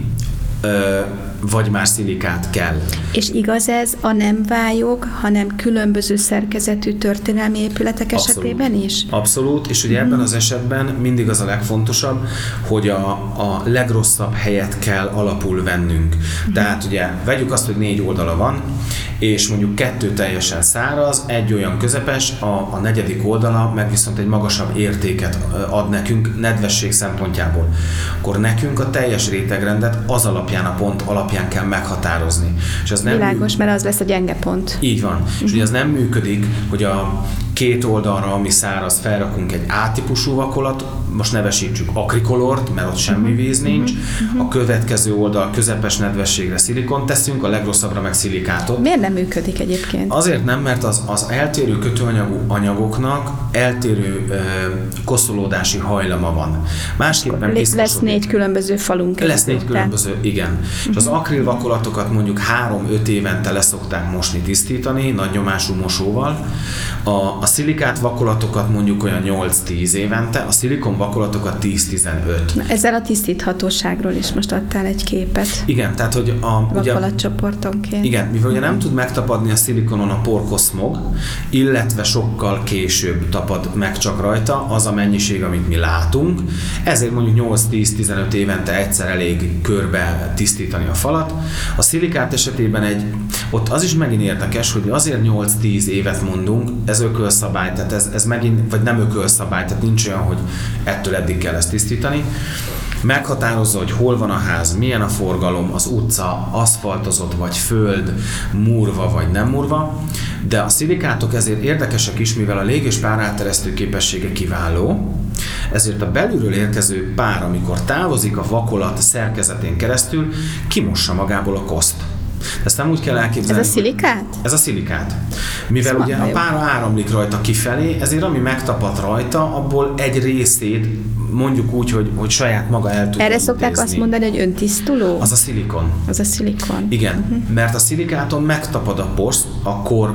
B: vagy már szilikát kell.
A: És igaz ez a nem vályog, hanem különböző szerkezetű történelmi épületek
B: Abszolút.
A: Esetében is?
B: Abszolút, és ugye ebben az esetben mindig az a legfontosabb, hogy a, a legrosszabb helyet kell alapul vennünk. Uh-huh. Tehát ugye vegyük azt, hogy négy oldala van, és mondjuk kettő teljesen száraz, egy olyan közepes, a, a negyedik oldala meg viszont egy magasabb értéket ad nekünk nedvesség szempontjából. Akkor nekünk a teljes rétegrendet az alapján, a pont alapján kell meghatározni. És ez nem
A: Világos, mert az lesz a gyenge pont.
B: Így van. Uh-huh. És ugye ez nem működik, hogy a két oldalra, ami száraz, felrakunk egy A-típusú vakolat, most nevesítsük akrikolort, mert ott semmi víz nincs, uh-huh. a következő oldal közepes nedvességre szilikon teszünk, a legrosszabbra meg szilikátot.
A: Miért nem működik egyébként?
B: Azért nem, mert az, az eltérő kötőanyagú anyagoknak eltérő ö, koszolódási hajlama van. Másképpen
A: lesz négy különböző falunk.
B: Lesz négy különböző, igen. Uh-huh. És az akril vakolatokat mondjuk három-öt évente leszokták mosni, tisztítani, nagy nyomású mosóval. A, a szilikát vakolatokat mondjuk olyan nyolc-tíz évente, a szilikon vakolatokat tíz-tizenöt.
A: Na, ezzel a tisztíthatóságról is most adtál egy képet.
B: Igen, tehát hogy a
A: vakolatcsoportonként.
B: Igen, mivel ugye nem tud megtapadni a szilikonon a porkoszmog, illetve sokkal később tapad meg csak rajta az a mennyiség, amit mi látunk, ezért mondjuk nyolc-tíz-tizenöt évente egyszer elég körbe tisztítani a falat. A szilikát esetében egy, ott az is megint érdekes, hogy azért nyolc-tíz évet mondunk, ez ökölszabály, tehát ez, ez megint, vagy nem ökölszabály, tehát nincs olyan, hogy ettől eddig kell ezt tisztítani. Meghatározza, hogy hol van a ház, milyen a forgalom, az utca, aszfaltozott vagy föld, murva vagy nem murva, de a szilikátok ezért érdekesek is, mivel a lég- és párátteresztő képessége kiváló, ezért a belülről érkező pár, amikor távozik a vakolat szerkezetén keresztül, kimossa magából a koszt. Ezt nem úgy kell elképzelni.
A: Ez a szilikát?
B: Ez a szilikát. Mivel
A: ez
B: ugye a pára áramlik rajta kifelé, ezért ami megtapad rajta, abból egy részét mondjuk úgy, hogy, hogy saját maga el tudja
A: Erre szokták
B: intézni.
A: azt mondani, hogy öntisztuló?
B: Az a szilikon.
A: Az a szilikon.
B: Igen, uh-huh. mert a szilikáton megtapad a porsz, a kor,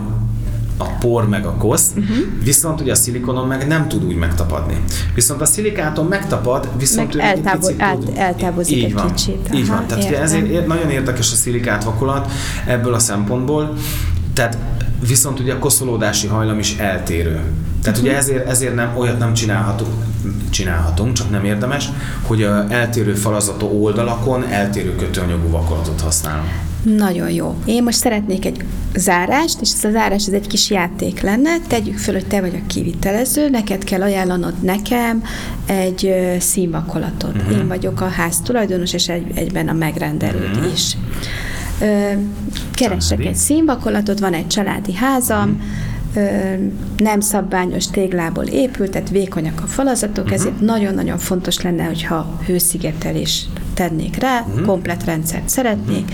B: a por meg a kosz, uh-huh. viszont ugye a szilikonon meg nem tud úgy megtapadni. Viszont a szilikáton megtapad, viszont
A: meg eltávol, át, eltávozik egy
B: van,
A: kicsit.
B: Így van. Tehát ugye ezért nagyon érdekes a szilikát vakolat ebből a szempontból. Tehát viszont ugye a koszolódási hajlam is eltérő. Tehát uh-huh. ugye ezért, ezért nem, olyat nem csinálhatunk, csinálhatunk, csak nem érdemes, hogy a eltérő falazatú oldalakon eltérő kötőanyagú vakolatot használunk.
A: Nagyon jó. Én most szeretnék egy zárást, és ez a zárás ez egy kis játék lenne. Tegyük föl, hogy te vagy a kivitelező, neked kell ajánlanod nekem egy ö, színvakolatot. Uh-huh. Én vagyok a ház tulajdonos, és egy, egyben a megrendelőd uh-huh. is. Ö, keresek családi. Egy színvakolatot, van egy családi házam, uh-huh. ö, nem szabványos téglából épült, tehát vékonyak a falazatok, uh-huh. ezért nagyon-nagyon fontos lenne, hogyha hőszigetelést tennék rá, uh-huh. komplett rendszert szeretnék.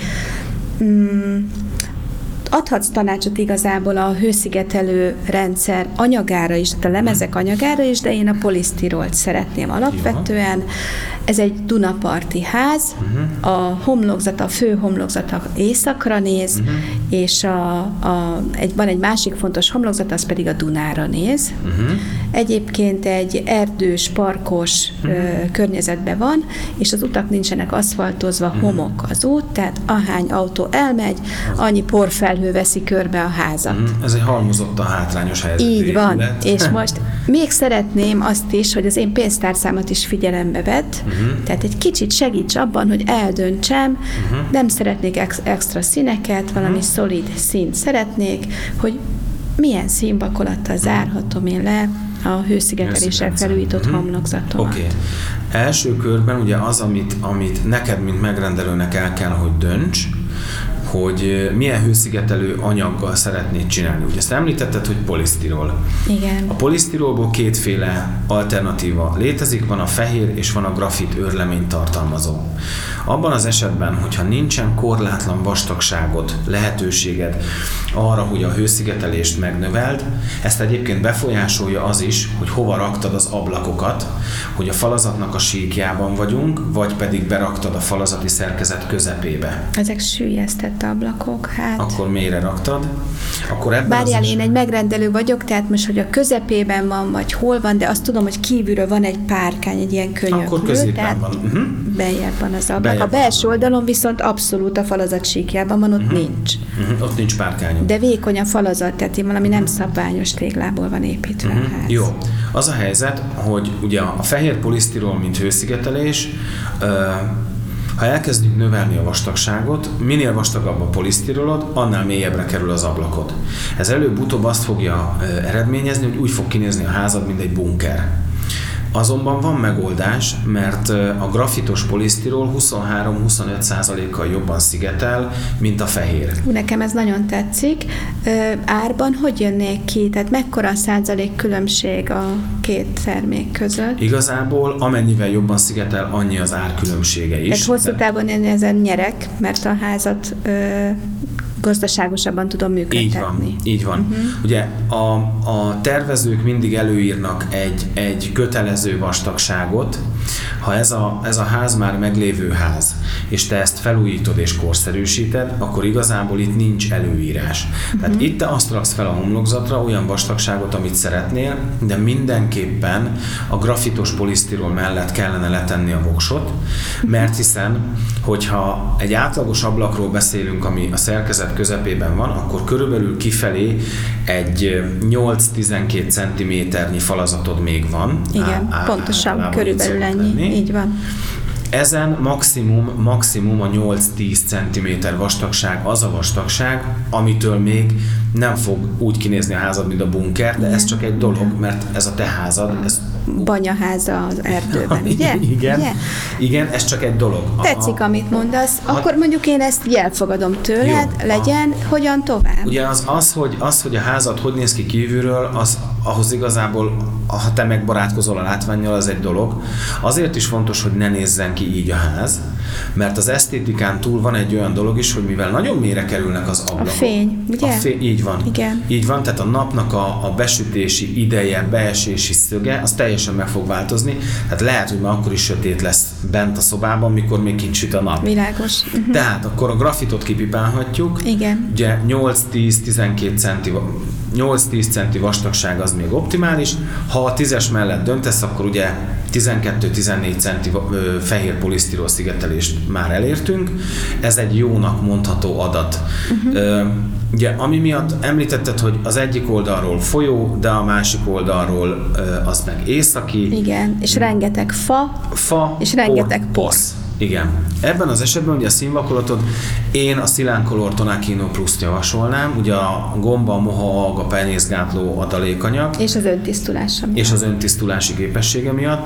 A: Mm, adhatsz tanácsot igazából a hőszigetelő rendszer anyagára is, tehát a lemezek anyagára is, de én a polisztirolt szeretném alapvetően. Ez egy Dunaparti ház, uh-huh. a homlokzata, a fő homlokzata északra néz, uh-huh. és a, a, egy, van egy másik fontos homlokzata, az pedig a Dunára néz. Uh-huh. Egyébként egy erdős, parkos uh-huh. ö, környezetben van, és az utak nincsenek aszfaltozva, uh-huh. homok az út, tehát ahány autó elmegy, annyi porfelhő veszi körbe a házat.
B: Uh-huh. Ez egy halmozottan hátrányos helyzet.
A: Így van, épület. És most még szeretném azt is, hogy az én pénztárcámat is figyelembe vett, uh-huh. tehát egy kicsit segíts abban, hogy eldöntsem, uh-huh. nem szeretnék ex- extra színeket, valami uh-huh. szolid színt szeretnék, hogy milyen színvakolattal zárhatom én le a hőszigeteléssel felújított uh-huh. homlokzatomat.
B: Oké. Okay. Első körben ugye az, amit, amit neked, mint megrendelőnek el kell, hogy dönts, hogy milyen hőszigetelő anyaggal szeretnéd csinálni. Ugye ezt említetted, hogy polisztirol.
A: Igen.
B: A polisztirolból kétféle alternatíva létezik, van a fehér és van a grafit őrlemény tartalmazó. Abban az esetben, hogyha nincsen korlátlan vastagságod, lehetőséged, arra, hogy a hőszigetelést megnöveld. Ezt egyébként befolyásolja az is, hogy hova raktad az ablakokat, hogy a falazatnak a síkjában vagyunk, vagy pedig beraktad a falazati szerkezet közepébe.
A: Ezek süllyesztett ablakok, hát...
B: Akkor mélyre raktad. Akkor ebben
A: Bárjál,
B: az
A: én egy megrendelő vagyok, tehát most, hogy a közepében van, vagy hol van, de azt tudom, hogy kívülről van egy párkány, egy ilyen könyöklő.
B: Akkor középen
A: tehát
B: van. Uh-huh.
A: Bejebb van az ablak.
B: Bejebb
A: a belső
B: van.
A: oldalon viszont abszolút a falazat síkjában van, ott uh-huh. nincs.
B: Uh-huh. Ott nincs párkány.
A: De vékony a falazat, tehát én valami nem szabványos téglából van építve uh-huh. a ház.
B: Jó. Az a helyzet, hogy ugye a fehér polisztirol, mint hőszigetelés, uh, ha elkezdjük növelni a vastagságot, minél vastagabb a polisztirolod, annál mélyebbre kerül az ablakod. Ez előbb-utóbb azt fogja uh, eredményezni, hogy úgy fog kinézni a házad, mint egy bunker. Azonban van megoldás, mert a grafitos polisztirol huszonhárom-huszonöt százalékkal jobban szigetel, mint a fehér.
A: Nekem ez nagyon tetszik. Árban hogy jönnék ki? Tehát mekkora a százalék különbség a két termék között?
B: Igazából amennyivel jobban szigetel, annyi az árkülönbsége is.
A: Tehát hosszú távon én ezen nyerek, mert a házat ö, gazdaságosabban tudom működtetni.
B: Így van, így van. Uh-huh. Ugye a, a tervezők mindig előírnak egy, egy kötelező vastagságot. Ha ez a, ez a ház már meglévő ház, és te ezt felújítod és korszerűsíted, akkor igazából itt nincs előírás. Uh-huh. Tehát itt te azt raksz fel a homlokzatra, olyan vastagságot, amit szeretnél, de mindenképpen a grafitos polisztirol mellett kellene letenni a voksot, mert hiszen, hogyha egy átlagos ablakról beszélünk, ami a szerkezet közepében van, akkor körülbelül kifelé egy nyolc-tizenkét centiméternyi falazatod még van.
A: Igen, á, pontosan, körülbelül ennyi. Lenni. Így van.
B: Ezen maximum, maximum a nyolc-tíz centiméter vastagság az a vastagság, amitől még nem fog úgy kinézni a házad, mint a bunker, de igen. Ez csak egy dolog, mert ez a te házad. Ez...
A: Banyaháza az erdőben, ugye?
B: Igen,
A: ugye?
B: Igen, ez csak egy dolog.
A: Tetszik,
B: a,
A: amit mondasz.
B: A,
A: Akkor mondjuk én ezt elfogadom tőled, jó, legyen, a, hogyan tovább?
B: Ugye az, az, hogy, az, hogy a házad hogy néz ki kívülről, az ahhoz igazából, ha te megbarátkozol a látvánnyal, az egy dolog. Azért is fontos, hogy ne nézzen ki így a ház, mert az esztétikán túl van egy olyan dolog is, hogy mivel nagyon mélyre kerülnek az ablakok.
A: A fény, ugye?
B: A fény, így van.
A: Igen.
B: Így van, tehát a napnak a, a besütési ideje, beesési szöge, az teljesen meg fog változni. Tehát lehet, hogy már akkor is sötét lesz bent a szobában, mikor még kint süt a nap.
A: Világos. Uh-huh.
B: Tehát akkor a grafitot kipipálhatjuk.
A: Igen.
B: Ugye nyolc-tíz-tizenkét centi, nyolc-tíz centi vastagság az még optimális. Ha a tízes mellett döntesz, akkor ugye tizenkettő-tizennégy centi fehér polisztirol szigetelést már elértünk. Ez egy jónak mondható adat. Uh-huh. Ugye, ami miatt említetted, hogy az egyik oldalról folyó, de a másik oldalról az meg északi.
A: Igen, és rengeteg fa,
B: fa
A: és rengeteg por. por.
B: Igen. Ebben az esetben ugye a színvakolatod, én a Silan Color Tonakino Plus-t javasolnám, ugye a gomba, moha, alga, penészgátló adalékanyag.
A: És az öntisztulása miatt.
B: És az öntisztulási képessége miatt.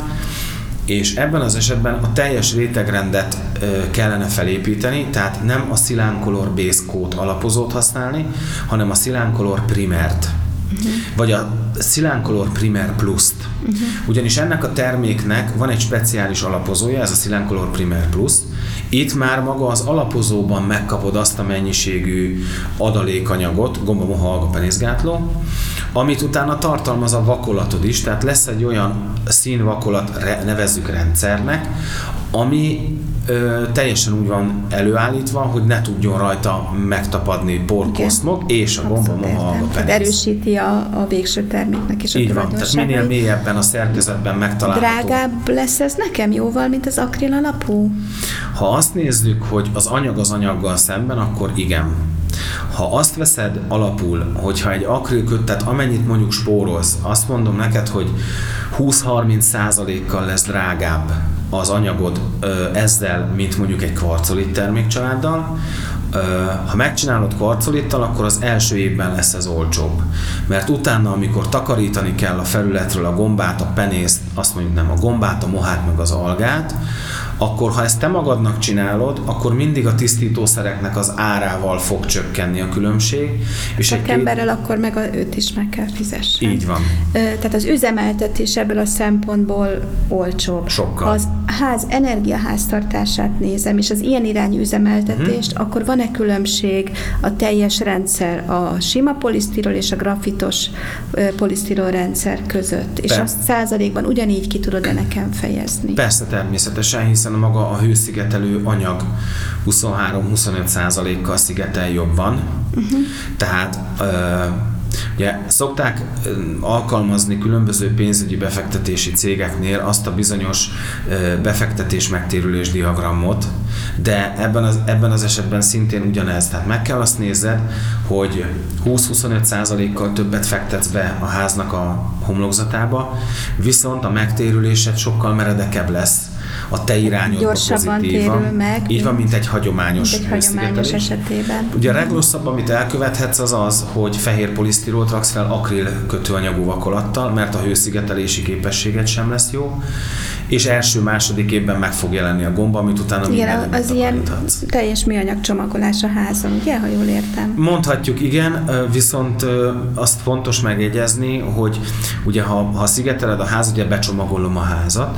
B: És ebben az esetben a teljes rétegrendet ö, kellene felépíteni, tehát nem a Silan Color Base Coat alapozót használni, hanem a Silan Color Primert. Uh-huh. Vagy a Silan Color Primer Plus-t. Uh-huh. Ugyanis ennek a terméknek van egy speciális alapozója, ez a Silan Color Primer Plus. Itt már maga az alapozóban megkapod azt a mennyiségű adalékanyagot, gomba, moha, alga, penészgátló, amit utána tartalmaz a vakolatod is, tehát lesz egy olyan színvakolat, nevezzük rendszernek, ami ö, teljesen úgy van előállítva, hogy ne tudjon rajta megtapadni porkoszmok, és a gomba, moha, alga, penész.
A: Erősíti a, a végső terméknek is a
B: így van, tehát minél mélyebben a szerkezetben megtalálható.
A: Drágább lesz ez nekem jóval, mint az akril alapú?
B: Ha azt nézzük, hogy az anyag az anyaggal szemben, akkor igen. Ha azt veszed alapul, hogyha egy akrilköt, tehát amennyit mondjuk spórolsz, azt mondom neked, hogy húsz-harminc százalékkal lesz drágább az anyagod ö, ezzel, mint mondjuk egy kvarcolit termékcsaláddal. Ö, ha megcsinálod kvarcolittal, akkor az első évben lesz ez olcsóbb. Mert utána, amikor takarítani kell a felületről a gombát, a penészt, azt mondjuk nem, a gombát, a mohát, meg az algát, akkor ha ezt te magadnak csinálod, akkor mindig a tisztítószereknek az árával fog csökkenni a különbség. És
A: egy emberrel két... akkor meg a, őt is meg kell fizessen.
B: Így van.
A: Tehát az üzemeltetés ebből a szempontból olcsóbb.
B: Sokkal.
A: Ha az ház energiaháztartását nézem, és az ilyen irányú üzemeltetést, hmm. akkor van-e különbség a teljes rendszer, a sima polisztirol és a grafitos polisztirol rendszer között? És
B: Persze.
A: azt százalékban ugyanígy ki tudod-e nekem fejezni?
B: Persze, természetesen, hiszen a maga a hőszigetelő anyag huszonhárom-huszonöt százalékkal szigetel jobban. Uh-huh. Tehát ö, ugye szokták ö, alkalmazni különböző pénzügyi befektetési cégeknél azt a bizonyos ö, befektetés megtérülés diagramot, de ebben az, ebben az esetben szintén ugyanez. Tehát meg kell azt nézed, hogy húsz-huszonöt százalékkal többet fektetsz be a háznak a homlokzatába, viszont a megtérülésed sokkal meredekebb lesz, a te irányodba
A: gyorsabban
B: pozitívan.
A: Térül meg.
B: Így van, mint egy hagyományos
A: mint egy hagyományos esetében.
B: Ugye a legrosszabb, amit elkövethetsz, az az, hogy fehér polisztirolt raksz fel akril kötőanyagú vakolattal, mert a hőszigetelési képességed sem lesz jó, és első-második évben meg fog jelenni a gomba, amit utána
A: igen, az ilyen teljes műanyag csomagolás a házon, ugye, ha jól értem?
B: Mondhatjuk, igen, viszont azt fontos megjegyezni, hogy ugye ha, ha szigeteled a ház, ugye becsomagolom a házat,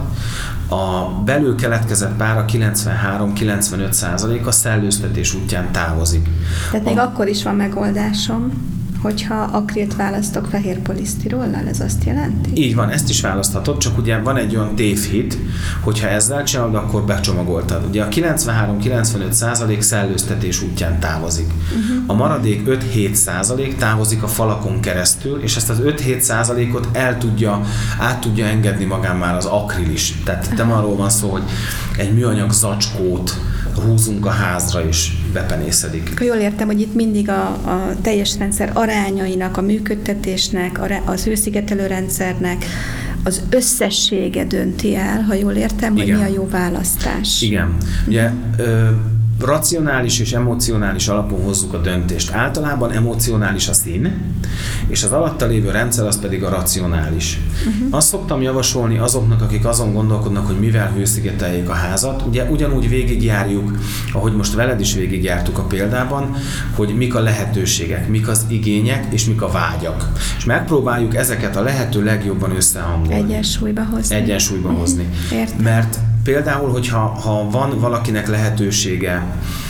B: a belül keletkezett pára kilencvenhárom-kilencvenöt százalék a szellőztetés útján távozik.
A: Tehát még
B: a...
A: akkor is van megoldásom, hogyha akrilt választok fehér polisztirollal, ez azt jelenti?
B: Így van, ezt is választhatod, csak ugye van egy olyan tévhit, hogyha ezzel csinálod, akkor becsomagoltad. Ugye a kilencvenhárom-kilencvenöt százalék szellőztetés útján távozik. Uh-huh. A maradék öt-hét százalék távozik a falakon keresztül, és ezt az öt-hét százalékot el tudja, át tudja engedni magán már az akril is. Tehát nem arról van szó, hogy egy műanyag zacskót húzunk a házra és bepenészedik.
A: Jól értem, hogy itt mindig a, a teljes rendszer arányainak, a működtetésnek, az hőszigetelő rendszernek az összessége dönti el, ha jól értem, hogy
B: igen.
A: mi a jó választás.
B: Igen. Ugye ö, racionális és emocionális alapon hozzuk a döntést. Általában emocionális a szín, és az alatta lévő rendszer az pedig a racionális. Uh-huh. Azt szoktam javasolni azoknak, akik azon gondolkodnak, hogy mivel hőszigeteljék a házat. Ugye ugyanúgy végigjárjuk, ahogy most veled is végigjártuk a példában, hogy mik a lehetőségek, mik az igények, és mik a vágyak. És megpróbáljuk ezeket a lehető legjobban összehangolni.
A: Egyensúlyba hozni.
B: Egyensúlyba hozni.
A: Értem.
B: Mert például, hogyha ha van valakinek lehetősége,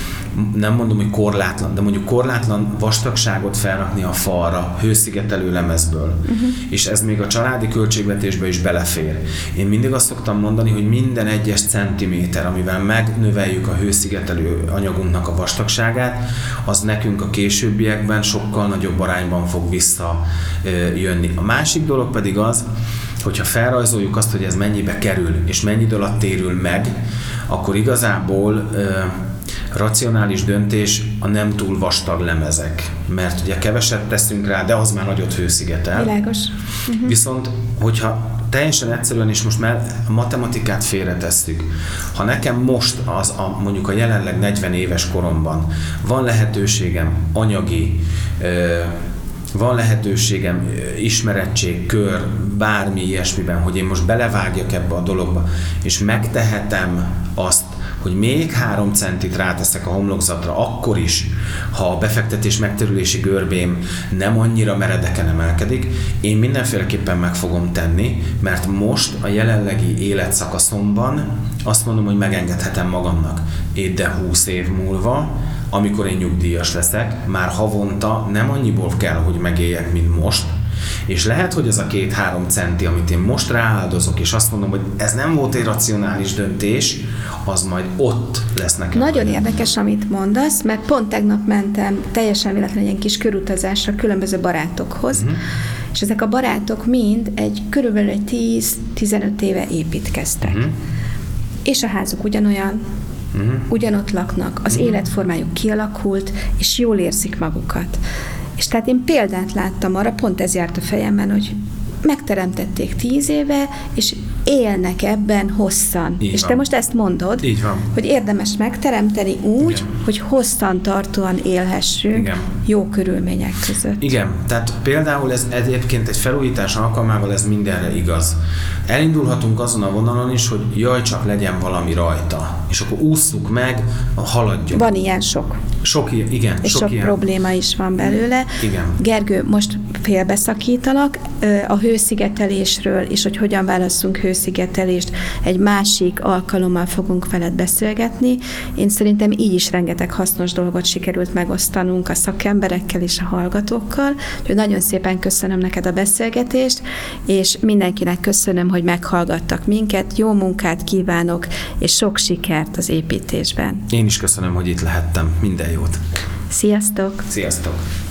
B: nem mondom, hogy korlátlan, de mondjuk korlátlan vastagságot felrakni a falra hőszigetelő lemezből, uh-huh. és ez még a családi költségvetésbe is belefér. Én mindig azt szoktam mondani, hogy minden egyes centiméter, amivel megnöveljük a hőszigetelő anyagunknak a vastagságát, az nekünk a későbbiekben sokkal nagyobb arányban fog visszajönni. A másik dolog pedig az, hogyha felrajzoljuk azt, hogy ez mennyibe kerül, és mennyi idő alatt térül meg, akkor igazából ö, racionális döntés a nem túl vastag lemezek. Mert ugye keveset teszünk rá, de az már nagyot hőszigetel.
A: Világos. Uh-huh.
B: Viszont, hogyha teljesen egyszerűen, és most már a matematikát félretesszük, ha nekem most az a, mondjuk a jelenleg negyven éves koromban van lehetőségem anyagi, ö, van lehetőségem ismerettség, kör, bármi ilyesmiben, hogy én most belevágjak ebbe a dologba, és megtehetem azt, hogy még három centit ráteszek a homlokzatra, akkor is, ha a befektetés megtérülési görbém nem annyira meredeken emelkedik, én mindenféleképpen meg fogom tenni, mert most a jelenlegi életszakaszomban azt mondom, hogy megengedhetem magamnak. Én de húsz év múlva, amikor én nyugdíjas leszek, már havonta nem annyiból kell, hogy megéljek, mint most, és lehet, hogy az a két-három centi, amit én most rááldozok, és azt mondom, hogy ez nem volt egy racionális döntés, az majd ott lesz nekem.
A: Nagyon
B: majd.
A: érdekes, amit mondasz, mert pont tegnap mentem teljesen véletlenül egy kis körutazásra különböző barátokhoz, uh-huh. és ezek a barátok mind egy körülbelül egy tíz-tizenöt éve építkeztek. Uh-huh. És a házuk ugyanolyan, uh-huh. ugyanott laknak, az uh-huh. életformájuk kialakult, és jól érzik magukat. És tehát én példát láttam arra, pont ez járt a fejemben, hogy megteremtették tíz éve, és élnek ebben hosszan.
B: Így
A: és
B: van.
A: te most ezt mondod,
B: Így van.
A: hogy érdemes megteremteni úgy,
B: Igen.
A: hogy hosszantartóan élhessünk
B: Igen.
A: jó körülmények között.
B: Igen, tehát például ez egyébként egy felújítás alkalmával ez mindenre igaz. Elindulhatunk azon a vonalon is, hogy jaj, csak legyen valami rajta. És akkor ússzuk meg, haladjunk.
A: Van ilyen sok.
B: Sok ilyen, igen.
A: És sok, sok
B: ilyen.
A: probléma is van belőle.
B: Igen.
A: Gergő, most félbeszakítalak a hőszigetelésről, és hogy hogyan válasszunk hőszigetelést, egy másik alkalommal fogunk veled beszélgetni. Én szerintem így is rengeteg hasznos dolgot sikerült megosztanunk a szakemberekkel és a hallgatókkal. Úgyhogy nagyon szépen köszönöm neked a beszélgetést, és mindenkinek köszönöm, hogy meghallgattak minket. Jó munkát kívánok, és sok sikert az építésben.
B: Én is köszönöm, hogy itt lehettem. Minden jót.
A: Sziasztok!
B: Sziasztok!